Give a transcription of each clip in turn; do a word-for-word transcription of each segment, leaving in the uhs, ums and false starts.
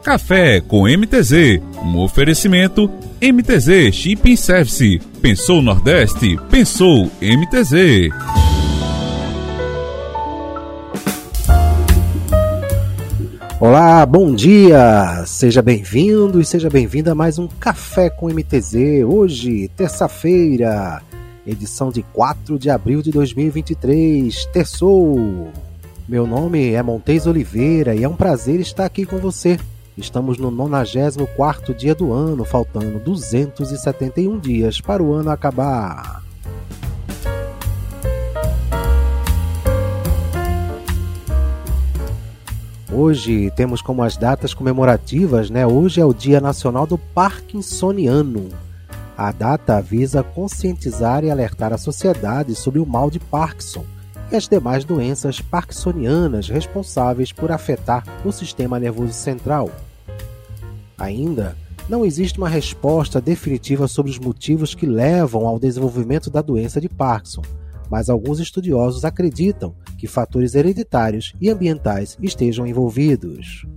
Café com M T Z, um oferecimento M T Z Shipping Service. Pensou Nordeste? Pensou M T Z. Olá, bom dia! Seja bem-vindo e seja bem-vinda a mais um Café com M T Z. Hoje, terça-feira, edição de quatro de abril de dois mil e vinte e três. Terçou! Meu nome é Montes Oliveira e é um prazer estar aqui com você. Estamos no nonagésimo quarto dia do ano, faltando duzentos e setenta e um dias para o ano acabar. Hoje temos como as datas comemorativas, né? Hoje é o Dia Nacional do Parkinsoniano. A data visa conscientizar e alertar a sociedade sobre o mal de Parkinson e as demais doenças parkinsonianas responsáveis por afetar o sistema nervoso central. Ainda não existe uma resposta definitiva sobre os motivos que levam ao desenvolvimento da doença de Parkinson, mas alguns estudiosos acreditam que fatores hereditários e ambientais estejam envolvidos.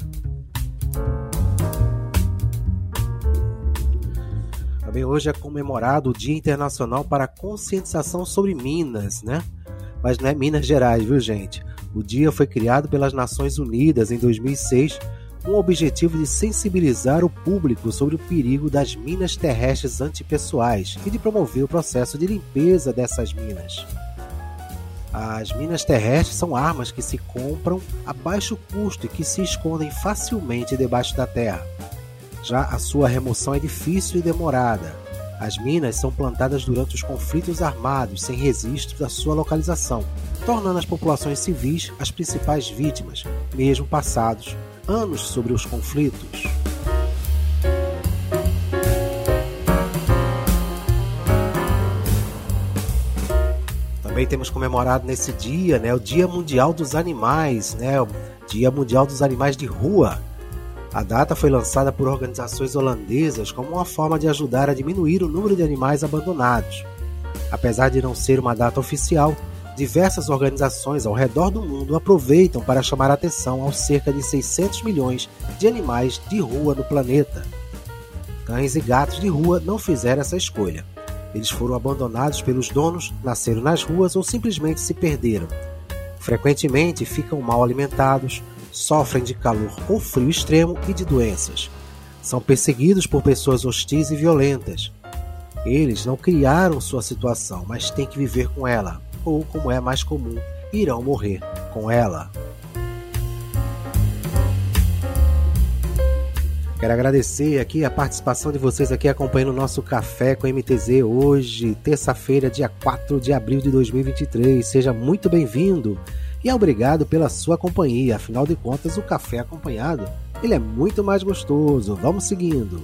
Também hoje é comemorado o Dia Internacional para a Conscientização sobre Minas, né? Mas não é Minas Gerais, viu, gente? O dia foi criado pelas Nações Unidas em dois mil e seis com o objetivo de sensibilizar o público sobre o perigo das minas terrestres antipessoais e de promover o processo de limpeza dessas minas. As minas terrestres são armas que se compram a baixo custo e que se escondem facilmente debaixo da terra. Já a sua remoção é difícil e demorada. As minas são plantadas durante os conflitos armados, sem registro da sua localização, tornando as populações civis as principais vítimas, mesmo passados anos sobre os conflitos. Também temos comemorado nesse dia, né, o Dia Mundial dos Animais, né, o Dia Mundial dos Animais de Rua. A data foi lançada por organizações holandesas como uma forma de ajudar a diminuir o número de animais abandonados. Apesar de não ser uma data oficial, diversas organizações ao redor do mundo aproveitam para chamar a atenção aos cerca de seiscentos milhões de animais de rua no planeta. Cães e gatos de rua não fizeram essa escolha. Eles foram abandonados pelos donos, nasceram nas ruas ou simplesmente se perderam. Frequentemente ficam mal alimentados, sofrem de calor ou frio extremo e de doenças. São perseguidos por pessoas hostis e violentas. Eles não criaram sua situação, mas têm que viver com ela, ou, como é mais comum, irão morrer com ela. Quero agradecer aqui a participação de vocês aqui acompanhando o nosso Café com M T Z hoje, terça-feira, dia quatro de abril de dois mil e vinte e três. Seja muito bem-vindo e obrigado pela sua companhia. Afinal de contas, o café acompanhado, ele é muito mais gostoso. Vamos seguindo.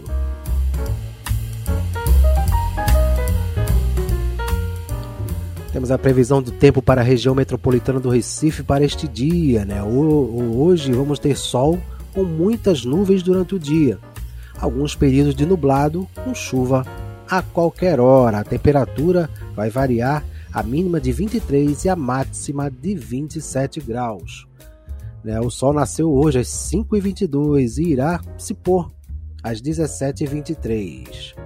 Temos a previsão do tempo para a região metropolitana do Recife para este dia, né? Hoje vamos ter sol com muitas nuvens durante o dia. Alguns períodos de nublado com chuva a qualquer hora. A temperatura vai variar, a mínima de vinte e três e a máxima de vinte e sete graus. O sol nasceu hoje às cinco e vinte e dois e irá se pôr às dezessete e vinte e três.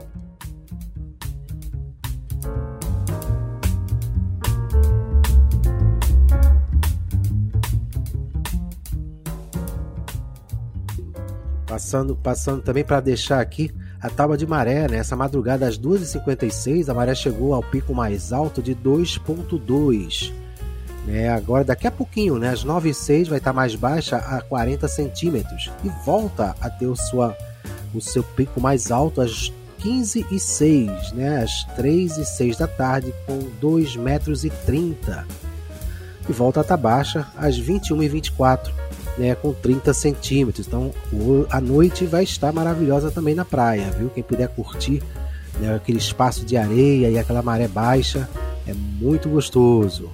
Passando, passando também para deixar aqui a tábua de maré, né? Essa madrugada às duas e cinquenta e seis a maré chegou ao pico mais alto de dois vírgula dois. Né? Agora daqui a pouquinho, né? Às nove e seis vai estar mais baixa a quarenta centímetros e volta a ter o, sua, o seu pico mais alto às quinze e seis, né? Às três e seis da tarde com dois metros e trinta. E volta a estar baixa às vinte e uma e vinte e quatro. Né, com trinta centímetros. Então a noite vai estar maravilhosa também na praia, viu? Quem puder curtir, né, aquele espaço de areia e aquela maré baixa, é muito gostoso.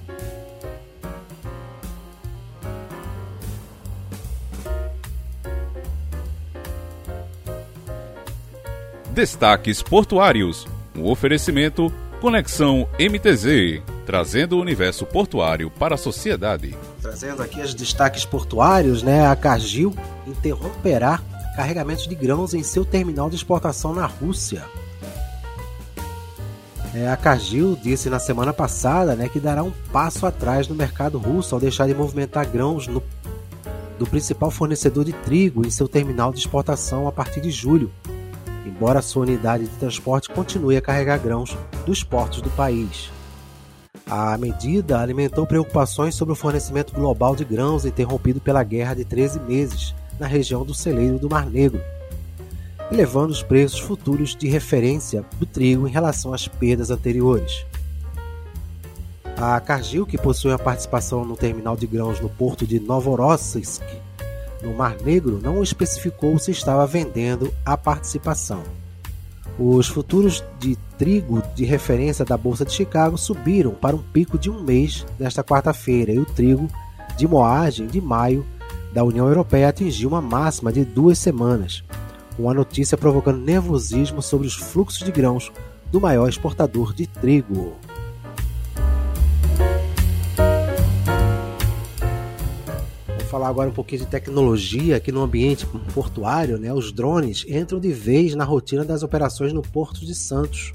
Destaques portuários. Um oferecimento Conexão M T Z, trazendo o universo portuário para a sociedade. Trazendo aqui os destaques portuários, né? A Cargill interromperá carregamentos de grãos em seu terminal de exportação na Rússia. É, a Cargill disse na semana passada, né, que dará um passo atrás no mercado russo ao deixar de movimentar grãos no, do principal fornecedor de trigo em seu terminal de exportação a partir de julho, embora sua unidade de transporte continue a carregar grãos dos portos do país. A medida alimentou preocupações sobre o fornecimento global de grãos interrompido pela guerra de treze meses na região do celeiro do Mar Negro, elevando os preços futuros de referência do trigo em relação às perdas anteriores. A Cargill, que possui uma participação no terminal de grãos no porto de Novorossiysk, no Mar Negro, não especificou se estava vendendo a participação. Os futuros de trigo de referência da Bolsa de Chicago subiram para um pico de um mês nesta quarta-feira e o trigo de moagem de maio da União Europeia atingiu uma máxima de duas semanas, uma notícia provocando nervosismo sobre os fluxos de grãos do maior exportador de trigo. Vamos falar agora um pouquinho de tecnologia aqui no ambiente portuário, né? Os drones entram de vez na rotina das operações no Porto de Santos.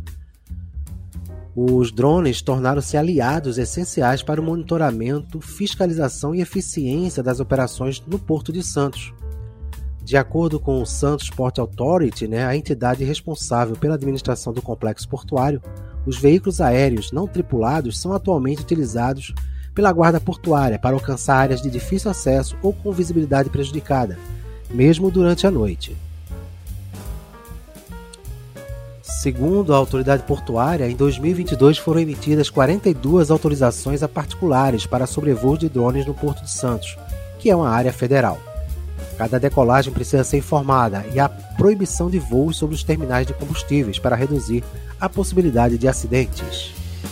Os drones tornaram-se aliados essenciais para o monitoramento, fiscalização e eficiência das operações no Porto de Santos. De acordo com o Santos Port Authority, né, a entidade responsável pela administração do complexo portuário, os veículos aéreos não tripulados são atualmente utilizados pela guarda portuária para alcançar áreas de difícil acesso ou com visibilidade prejudicada, mesmo durante a noite. Segundo a autoridade portuária, em dois mil e vinte e dois foram emitidas quarenta e duas autorizações a particulares para sobrevoos de drones no Porto de Santos, que é uma área federal. Cada decolagem precisa ser informada e há proibição de voos sobre os terminais de combustíveis para reduzir a possibilidade de acidentes.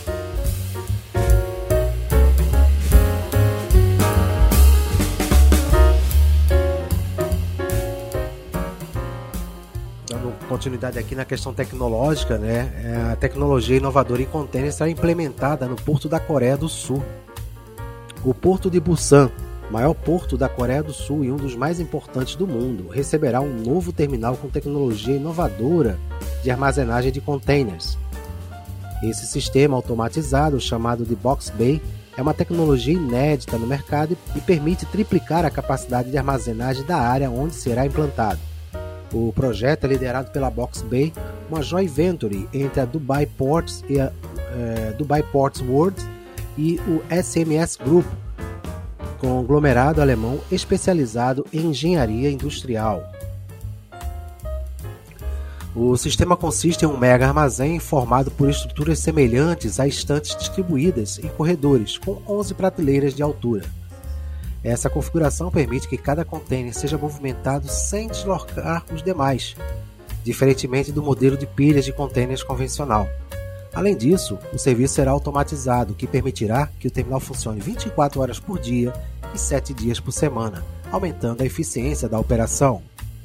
Dando continuidade aqui na questão tecnológica, né? A tecnologia inovadora em contêineres será implementada no Porto da Coreia do Sul. O Porto de Busan, maior porto da Coreia do Sul e um dos mais importantes do mundo, receberá um novo terminal com tecnologia inovadora de armazenagem de containers. Esse sistema automatizado, chamado de Box Bay, é uma tecnologia inédita no mercado e permite triplicar a capacidade de armazenagem da área onde será implantado. O projeto é liderado pela Box Bay, uma joint venture entre a Dubai Ports e a é, Dubai Ports World e o S M S Group, conglomerado alemão especializado em engenharia industrial. O sistema consiste em um mega armazém formado por estruturas semelhantes a estantes distribuídas em corredores, com onze prateleiras de altura. Essa configuração permite que cada container seja movimentado sem deslocar os demais, diferentemente do modelo de pilhas de containers convencional. Além disso, o serviço será automatizado, o que permitirá que o terminal funcione vinte e quatro horas por dia e sete dias por semana, aumentando a eficiência da operação.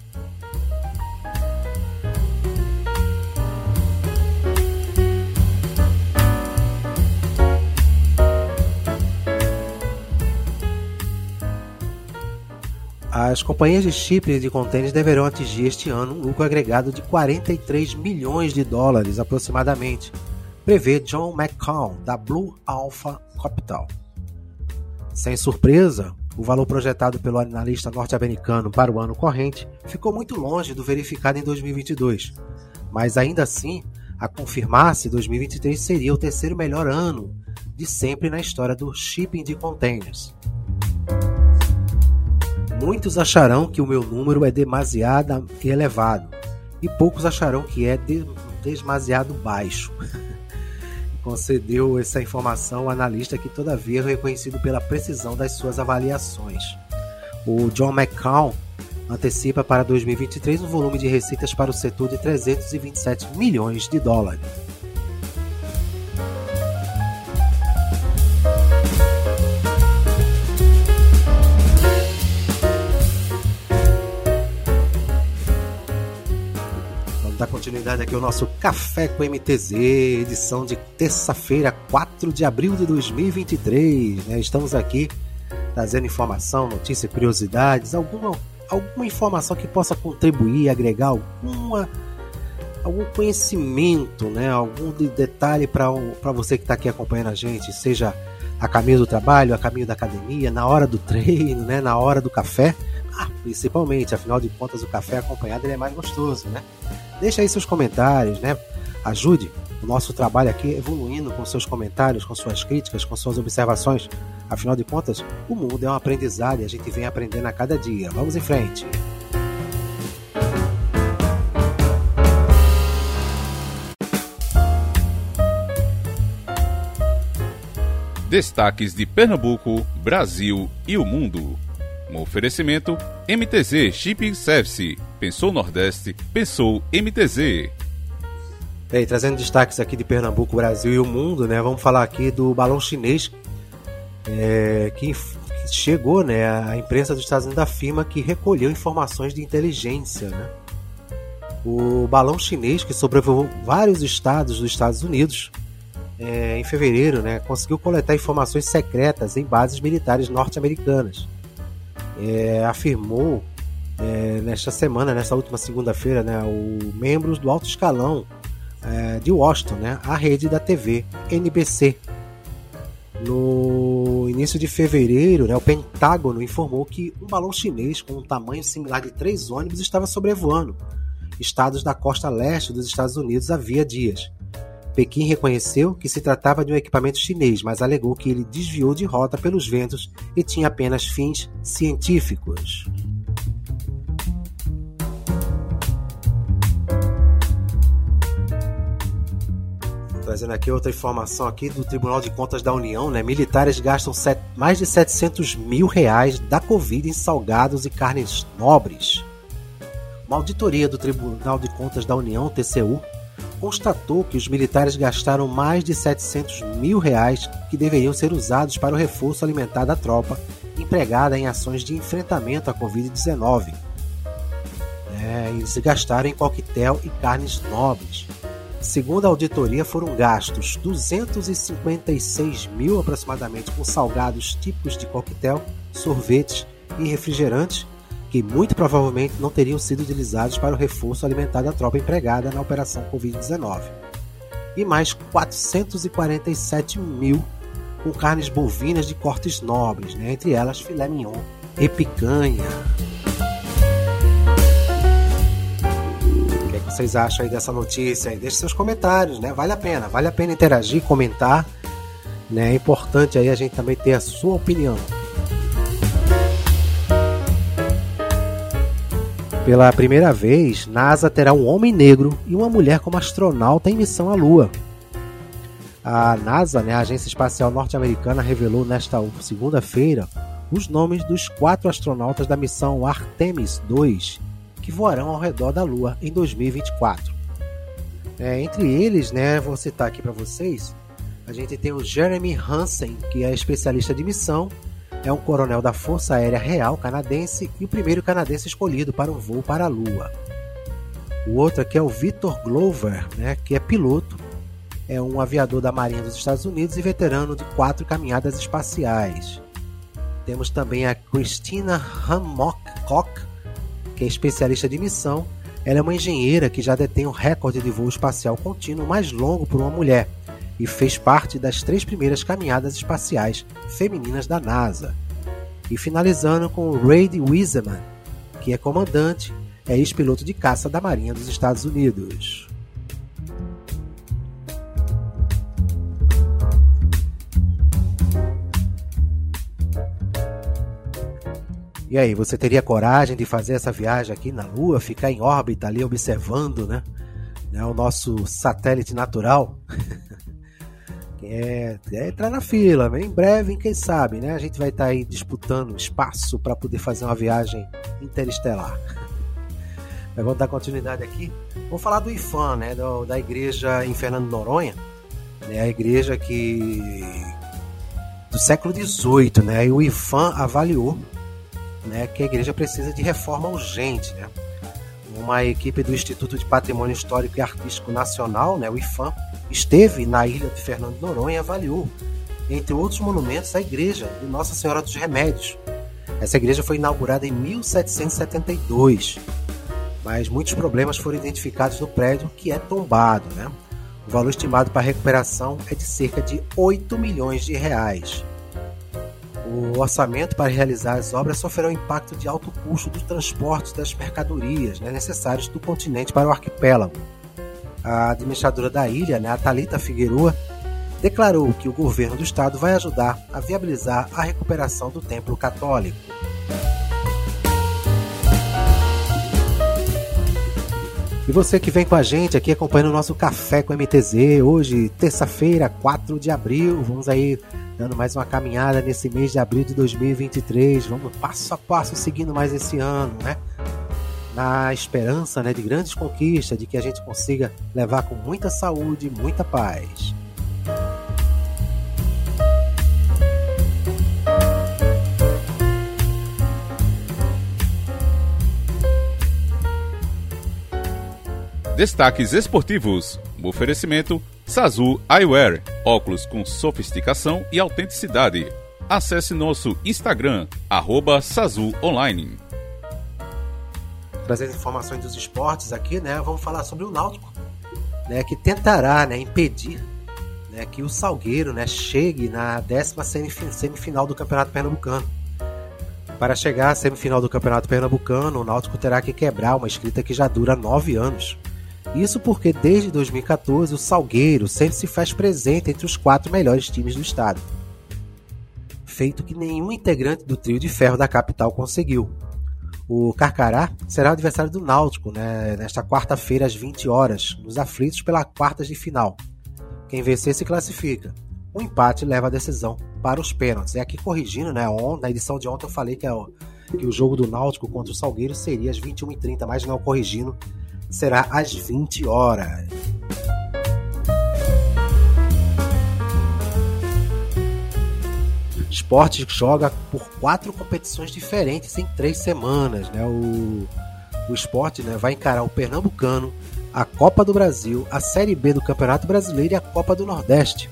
As companhias de shipping de contêineres deverão atingir este ano um lucro agregado de quarenta e três milhões de dólares aproximadamente, prevê John McCown, da Blue Alpha Capital. Sem surpresa, o valor projetado pelo analista norte-americano para o ano corrente ficou muito longe do verificado em dois mil e vinte e dois, mas ainda assim, a confirmar-se, dois mil e vinte e três seria o terceiro melhor ano de sempre na história do shipping de containers. Muitos acharão que o meu número é demasiado elevado e poucos acharão que é de, demasiado baixo. Concedeu essa informação ao analista que todavia é reconhecido pela precisão das suas avaliações. O John McCown antecipa para dois mil e vinte e três um volume de receitas para o setor de trezentos e vinte e sete milhões de dólares. Dar continuidade aqui ao nosso Café com M T Z, edição de terça-feira, quatro de abril de dois mil e vinte e três. Né? Estamos aqui trazendo informação, notícia, curiosidades, alguma, alguma informação que possa contribuir, agregar alguma, algum conhecimento, né? Algum de detalhe para você que está aqui acompanhando a gente, seja a caminho do trabalho, a caminho da academia, na hora do treino, né? Na hora do café, ah, principalmente, afinal de contas o café acompanhado ele é mais gostoso, né? Deixa aí seus comentários, né? Ajude o nosso trabalho aqui evoluindo com seus comentários, com suas críticas, com suas observações. Afinal de contas, o mundo é um aprendizado e a gente vem aprendendo a cada dia. Vamos em frente. Destaques de Pernambuco, Brasil e o mundo. Um oferecimento M T Z Shipping Service. Pensou Nordeste, pensou M T Z. Bem, trazendo destaques aqui de Pernambuco, Brasil e o mundo, né? Vamos falar aqui do balão chinês é, que chegou, né? A imprensa dos Estados Unidos afirma que recolheu informações de inteligência, né? O balão chinês que sobrevoou vários estados dos Estados Unidos é, em fevereiro, né? Conseguiu coletar informações secretas em bases militares norte-americanas. É, afirmou é, nesta semana, nessa última segunda-feira, né? O membros do alto escalão de Washington, né, a rede da T V N B C. No início de fevereiro, né, o Pentágono informou que um balão chinês com um tamanho similar de três ônibus estava sobrevoando estados da costa leste dos Estados Unidos havia dias. Pequim reconheceu que se tratava de um equipamento chinês, mas alegou que ele desviou de rota pelos ventos e tinha apenas fins científicos. Trazendo aqui outra informação aqui do Tribunal de Contas da União, né? Militares gastam set... mais de setecentos mil reais da Covid em salgados e carnes nobres. Uma auditoria do Tribunal de Contas da União, T C U, constatou que os militares gastaram mais de setecentos mil reais que deveriam ser usados para o reforço alimentar da tropa empregada em ações de enfrentamento à covid dezenove. É, eles gastaram em coquetel e carnes nobres. Segundo a auditoria, foram gastos duzentos e cinquenta e seis mil aproximadamente com salgados típicos de coquetel, sorvetes e refrigerantes, que muito provavelmente não teriam sido utilizados para o reforço alimentar da tropa empregada na operação covid dezenove. E mais quatrocentos e quarenta e sete mil com carnes bovinas de cortes nobres, né? Entre elas filé mignon e picanha. O que vocês acham aí dessa notícia? Deixe seus comentários, né? Vale a pena, vale a pena interagir, comentar, né? É importante aí a gente também ter a sua opinião. Pela primeira vez, NASA terá um homem negro e uma mulher como astronauta em missão à Lua. A NASA, né, a Agência Espacial Norte-Americana, revelou nesta segunda-feira os nomes dos quatro astronautas da missão Artemis dois, que voarão ao redor da Lua em dois mil e vinte e quatro. É, entre eles, né, vou citar aqui para vocês, a gente tem o Jeremy Hansen, que é especialista de missão, é um coronel da Força Aérea Real canadense e o primeiro canadense escolhido para um voo para a Lua. O outro aqui é o Victor Glover, né, que é piloto, é um aviador da Marinha dos Estados Unidos e veterano de quatro caminhadas espaciais. Temos também a Christina Hammock, que é especialista de missão. Ela é uma engenheira que já detém o recorde de voo espacial contínuo mais longo por uma mulher e fez parte das três primeiras caminhadas espaciais femininas da NASA. E finalizando com o Reid Wiseman, que é comandante, é ex-piloto de caça da Marinha dos Estados Unidos. E aí, você teria coragem de fazer essa viagem aqui na Lua, ficar em órbita ali observando, né, né o nosso satélite natural? é, é entrar na fila, em breve, quem sabe, né? A gente vai estar aí disputando espaço para poder fazer uma viagem interestelar. Mas vamos dar continuidade aqui. Vamos falar do I F A M, né, do, da igreja em Fernando de Noronha, né, a igreja que do século dezoito, né? E o I F A M avaliou, né, que a igreja precisa de reforma urgente, né? Uma equipe do Instituto de Patrimônio Histórico e Artístico Nacional, né, o I F A M, esteve na ilha de Fernando de Noronha e avaliou, entre outros monumentos, a igreja de Nossa Senhora dos Remédios, Essa igreja foi inaugurada em mil setecentos e setenta e dois, mas muitos problemas foram identificados no prédio, que é tombado, né? O valor estimado para a recuperação é de cerca de oito milhões de reais. O orçamento para realizar as obras sofreu um impacto de alto custo do transporte das mercadorias, né, necessários do continente para o arquipélago. A administradora da ilha, né, a Thalita Figueroa, declarou que o governo do estado vai ajudar a viabilizar a recuperação do templo católico. E você que vem com a gente aqui acompanhando o nosso Café com M T Z, hoje, terça-feira, quatro de abril, vamos aí dando mais uma caminhada nesse mês de abril de dois mil e vinte e três, vamos passo a passo seguindo mais esse ano, né? Na esperança, né, de grandes conquistas, de que a gente consiga levar com muita saúde e muita paz. Destaques esportivos. O oferecimento Sazu Eyewear, óculos com sofisticação e autenticidade. Acesse nosso Instagram, arroba Sazu Online. Trazendo informações dos esportes aqui, né? Vamos falar sobre o Náutico, né? Que tentará, né, impedir, né, que o Salgueiro, né, chegue na décima semifinal do Campeonato Pernambucano. Para chegar à semifinal do Campeonato Pernambucano, o Náutico terá que quebrar uma escrita que já dura nove anos. Isso porque desde dois mil e catorze o Salgueiro sempre se faz presente entre os quatro melhores times do estado, feito que nenhum integrante do trio de ferro da capital conseguiu. O Carcará será o adversário do Náutico, né, nesta quarta-feira às vinte horas, nos aflitos pela quartas de final. Quem vencer se classifica. O empate leva a decisão para os pênaltis. E aqui corrigindo, né, na edição de ontem eu falei que, é o, que o jogo do Náutico contra o Salgueiro seria às vinte e uma e trinta, mas não, corrigindo, será às vinte horas. Sport joga por quatro competições diferentes em três semanas, né? O, o Sport, né, vai encarar o Pernambucano, a Copa do Brasil, a Série B do Campeonato Brasileiro e a Copa do Nordeste.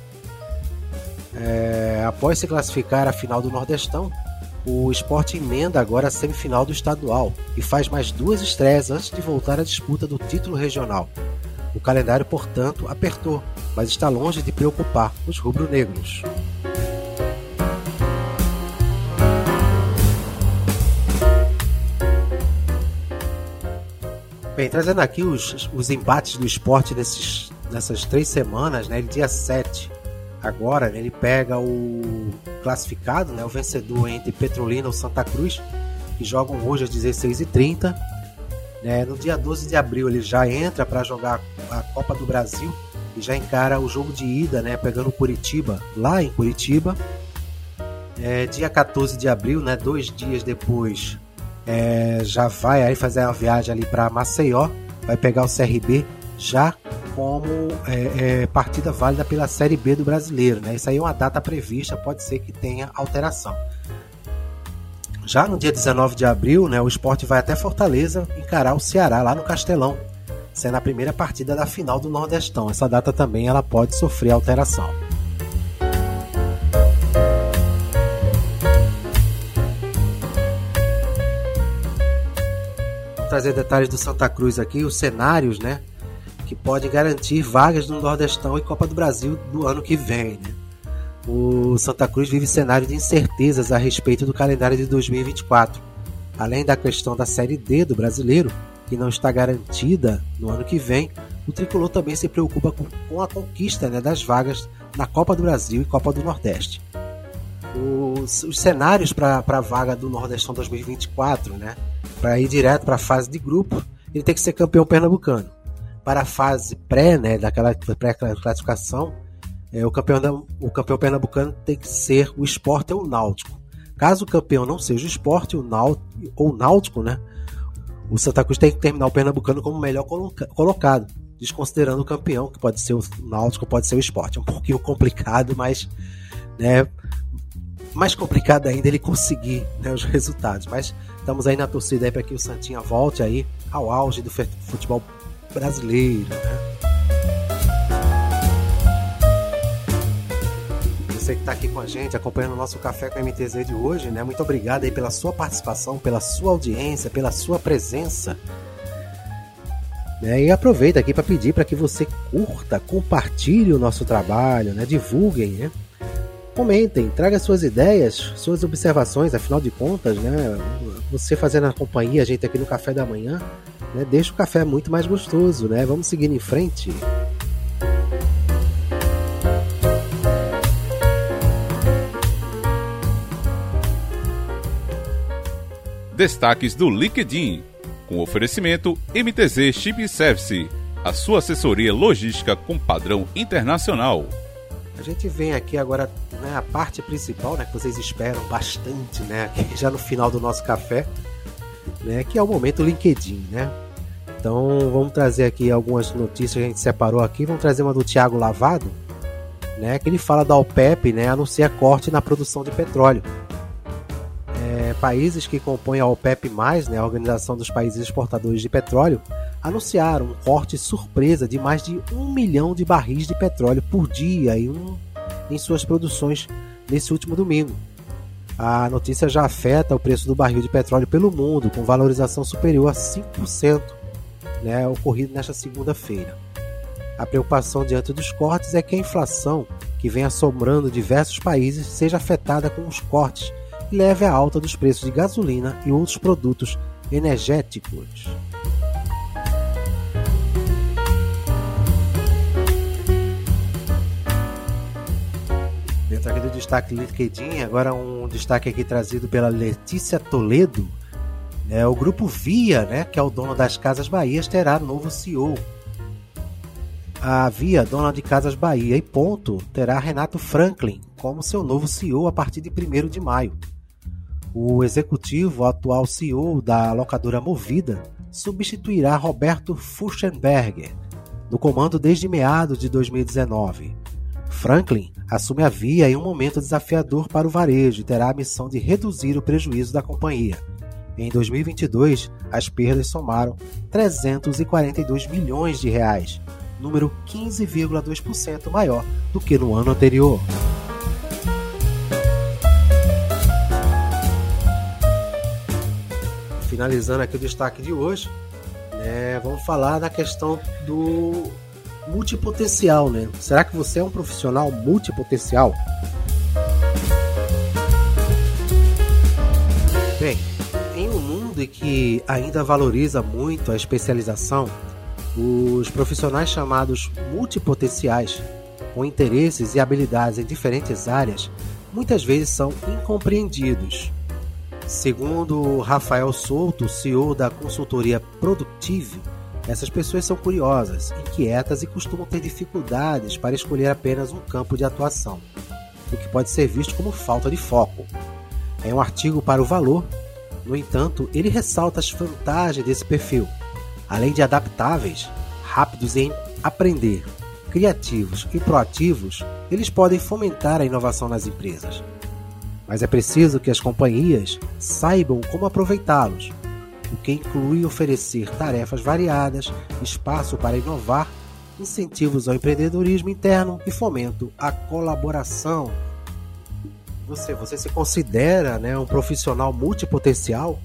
É, após se classificar à final do Nordestão, o Sport emenda agora a semifinal do estadual e faz mais duas estreias antes de voltar à disputa do título regional. O calendário, portanto, apertou, mas está longe de preocupar os rubro-negros. Bem, trazendo aqui os, os embates do Sport nesses, nessas três semanas, né? Dia sete, agora, né, ele pega o classificado, né, o vencedor entre Petrolina e Santa Cruz, que jogam hoje às dezesseis e trinta. Né? No dia doze de abril ele já entra para jogar a Copa do Brasil e já encara o jogo de ida, né, pegando o Curitiba, lá em Curitiba. É, dia quatorze de abril, né, dois dias depois, é, já vai aí fazer a viagem ali para Maceió, vai pegar o C R B já como é, é, partida válida pela Série B do Brasileiro, né? Isso aí é uma data prevista, pode ser que tenha alteração. Já no dia dezenove de abril, né, o Sport vai até Fortaleza encarar o Ceará lá no Castelão, sendo a primeira partida da final do Nordestão. Essa data também ela pode sofrer alteração. Vou trazer detalhes do Santa Cruz aqui, os cenários, né, que pode garantir vagas no Nordestão e Copa do Brasil do ano que vem, né? O Santa Cruz vive cenário de incertezas a respeito do calendário de dois mil e vinte e quatro. Além da questão da Série D do Brasileiro, que não está garantida no ano que vem, o tricolor também se preocupa com, com a conquista, né, das vagas na Copa do Brasil e Copa do Nordeste. Os, os cenários para a vaga do Nordestão dois mil e vinte e quatro, né, para ir direto para a fase de grupo, ele tem que ser campeão pernambucano. Para a fase pré, né, daquela pré-classificação, é, o, campeão da, o campeão pernambucano tem que ser o Sport ou o Náutico. Caso o campeão não seja o Sport ou o Náutico, né, o Santa Cruz tem que terminar o pernambucano como melhor colocado, desconsiderando o campeão, que pode ser o Náutico, pode ser o Sport. É um pouquinho complicado, mas, né, mais complicado ainda ele conseguir, né, os resultados. Mas estamos aí na torcida para que o Santinha volte aí ao auge do futebol brasileiro, né? você que está aqui com a gente, acompanhando o nosso Café com M T Z de hoje, né? Muito obrigado aí pela sua participação, pela sua audiência, pela sua presença. Né? E aproveita aqui para pedir para que você curta, compartilhe o nosso trabalho, né? Divulguem, né? Comentem, traga suas ideias, suas observações, afinal de contas, né? Você fazendo a companhia, a gente aqui no Café da Manhã, né? Deixa o café muito mais gostoso, né? Vamos seguir em frente. Destaques do LinkedIn, com oferecimento M T Z Shipping Service, a sua assessoria logística com padrão internacional. A gente vem aqui agora, né, a parte principal, né, que vocês esperam bastante, né, aqui já no final do nosso café, né, que é o momento LinkedIn, né? Então vamos trazer aqui algumas notícias que a gente separou aqui. Vamos trazer uma do Thiago Lavado, né, que ele fala da OPEP, né, anuncia corte na produção de petróleo. É, países que compõem a OPEP+, né, a Organização dos Países Exportadores de Petróleo, anunciaram um corte surpresa de mais de um milhão de barris de petróleo por dia em, um, em suas produções nesse último domingo. A notícia já afeta o preço do barril de petróleo pelo mundo, com valorização superior a cinco por cento, né, ocorrido nesta segunda-feira. A preocupação diante dos cortes é que a inflação, que vem assombrando diversos países, seja afetada com os cortes e leve à alta dos preços de gasolina e outros produtos energéticos. Dentro aqui do destaque LinkedIn, agora um destaque aqui trazido pela Letícia Toledo. É, o grupo Via, né, que é o dono das Casas Bahia, terá novo C E O. A Via, dona de Casas Bahia e Ponto, terá Renato Franklin como seu novo C E O a partir de primeiro de maio. O executivo, o atual C E O da locadora Movida, substituirá Roberto Furstenberger, no comando desde meados de dois mil e dezenove. Franklin assume a Via em um momento desafiador para o varejo e terá a missão de reduzir o prejuízo da companhia. Em dois mil e vinte e dois, as perdas somaram trezentos e quarenta e dois milhões de reais, número quinze vírgula dois por cento maior do que no ano anterior. Finalizando aqui o destaque de hoje, né, vamos falar da questão do multipotencial, né? Será que você é um profissional multipotencial? Bem, em um mundo em que ainda valoriza muito a especialização, os profissionais chamados multipotenciais, com interesses e habilidades em diferentes áreas, muitas vezes são incompreendidos. Segundo Rafael Souto, C E O da consultoria Productive, essas pessoas são curiosas, inquietas e costumam ter dificuldades para escolher apenas um campo de atuação, o que pode ser visto como falta de foco. Em um artigo para o Valor, no entanto, ele ressalta as vantagens desse perfil. Além de adaptáveis, rápidos em aprender, criativos e proativos, eles podem fomentar a inovação nas empresas. Mas é preciso que as companhias saibam como aproveitá-los, o que inclui oferecer tarefas variadas, espaço para inovar, incentivos ao empreendedorismo interno e fomento à colaboração. Você, você se considera, né, um profissional multipotencial?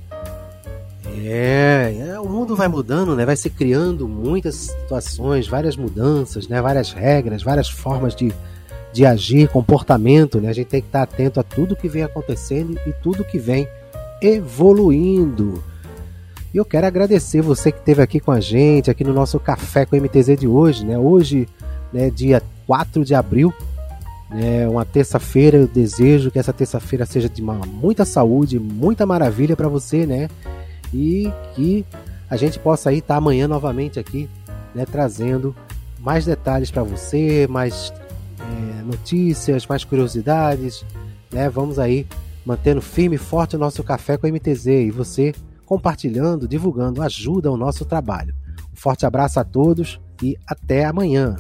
É, é, o mundo vai mudando, né, vai se criando muitas situações, várias mudanças, né, várias regras, várias formas de, de agir, comportamento, né? A gente tem que estar atento a tudo que vem acontecendo e tudo que vem evoluindo. E eu quero agradecer você que esteve aqui com a gente, aqui no nosso Café com M T Z de hoje, né? Hoje, né, dia quatro de abril, né, uma terça-feira. Eu desejo que essa terça-feira seja de uma, muita saúde, muita maravilha para você, né? E que a gente possa aí estar amanhã novamente aqui, né, trazendo mais detalhes para você, mais é, notícias, mais curiosidades, né? Vamos aí mantendo firme e forte o nosso Café com M T Z, e você compartilhando, divulgando, ajuda o nosso trabalho. Um forte abraço a todos e até amanhã.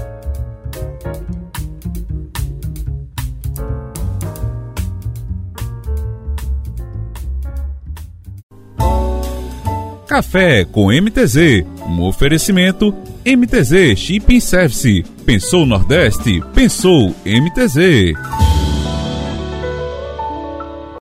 Café com M T Z, um oferecimento M T Z Shipping Service. Pensou Nordeste? Pensou M T Z.